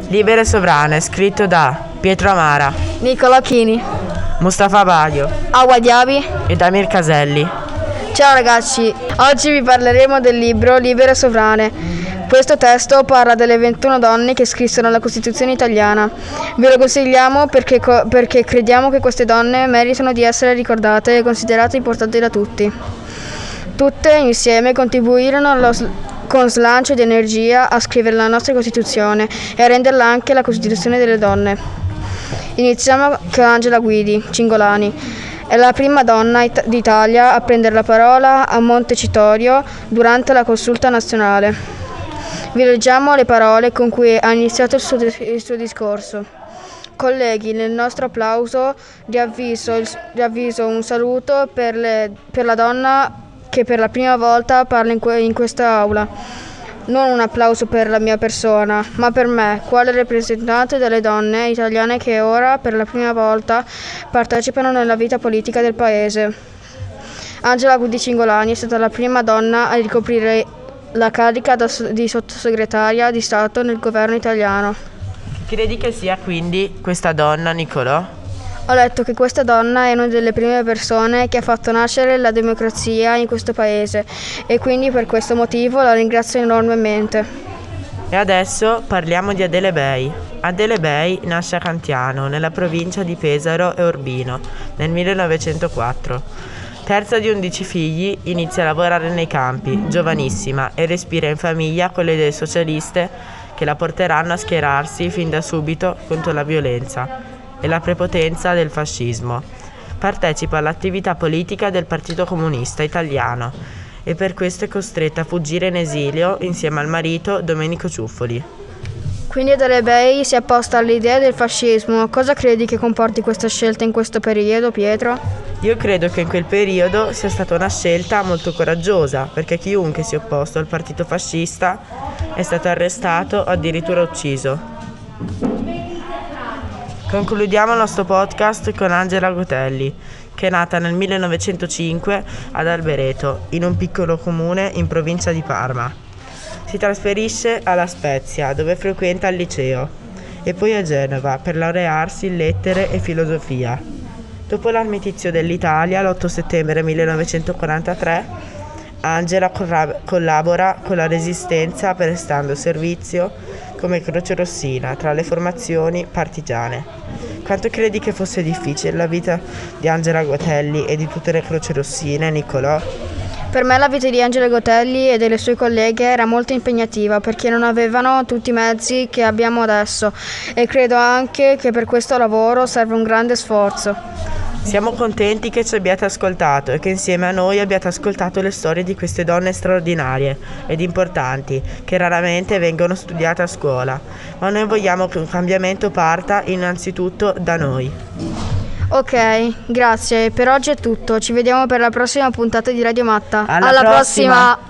Libere e sovrane, scritto da Pietro Amara, Nicola Chini, Mustafa Badio Agua Diaby. e Damir Caselli. Ciao ragazzi, oggi vi parleremo del libro Libere e sovrane. Questo testo parla delle 21 donne che scrissero la Costituzione italiana. Ve lo consigliamo perché crediamo che queste donne meritano di essere ricordate e considerate importanti da tutti. Tutte insieme contribuirono con slancio ed energia a scrivere la nostra Costituzione e a renderla anche la Costituzione delle donne. Iniziamo con Angela Guidi Cingolani. È la prima donna d'Italia a prendere la parola a Montecitorio durante la consulta nazionale. Vi leggiamo le parole con cui ha iniziato il suo discorso. Colleghi, nel nostro applauso riavviso un saluto per la donna che per la prima volta parla in questa aula. Non un applauso per la mia persona, ma per me, quale rappresentante delle donne italiane che ora, per la prima volta, partecipano nella vita politica del Paese. Angela Guidi Cingolani è stata la prima donna a ricoprire la carica di sottosegretaria di Stato nel governo italiano. Credi che sia quindi questa donna, Nicolò? Ho letto che questa donna è una delle prime persone che ha fatto nascere la democrazia in questo paese e quindi per questo motivo la ringrazio enormemente. E adesso parliamo di Adele Bei. Adele Bei nasce a Cantiano, nella provincia di Pesaro e Urbino, nel 1904. Terza di 11 figli, inizia a lavorare nei campi, giovanissima, e respira in famiglia con le idee socialiste che la porteranno a schierarsi fin da subito contro la violenza e la prepotenza del fascismo. Partecipa all'attività politica del Partito Comunista Italiano e per questo è costretta a fuggire in esilio insieme al marito Domenico Ciuffoli. Quindi Adele Bei si è opposta all'idea del fascismo. Cosa credi che comporti questa scelta in questo periodo, Pietro? Io credo che in quel periodo sia stata una scelta molto coraggiosa, perché chiunque si è opposto al partito fascista è stato arrestato o addirittura ucciso. Concludiamo il nostro podcast con Angela Gotelli, che è nata nel 1905 ad Albereto, in un piccolo comune in provincia di Parma. Si trasferisce alla Spezia, dove frequenta il liceo, e poi a Genova per laurearsi in lettere e filosofia. Dopo l'armitizio dell'Italia, l'8 settembre 1943, Angela collabora con la Resistenza prestando servizio come crocerossina tra le formazioni partigiane. Quanto credi che fosse difficile la vita di Angela Gotelli e di tutte le crocerossine, Nicolò? Per me la vita di Angela Gotelli e delle sue colleghe era molto impegnativa perché non avevano tutti i mezzi che abbiamo adesso e credo anche che per questo lavoro serve un grande sforzo. Siamo contenti che ci abbiate ascoltato e che insieme a noi abbiate ascoltato le storie di queste donne straordinarie ed importanti che raramente vengono studiate a scuola, ma noi vogliamo che un cambiamento parta innanzitutto da noi. Ok, grazie. Per oggi è tutto. Ci vediamo per la prossima puntata di Radio Matta. Alla prossima!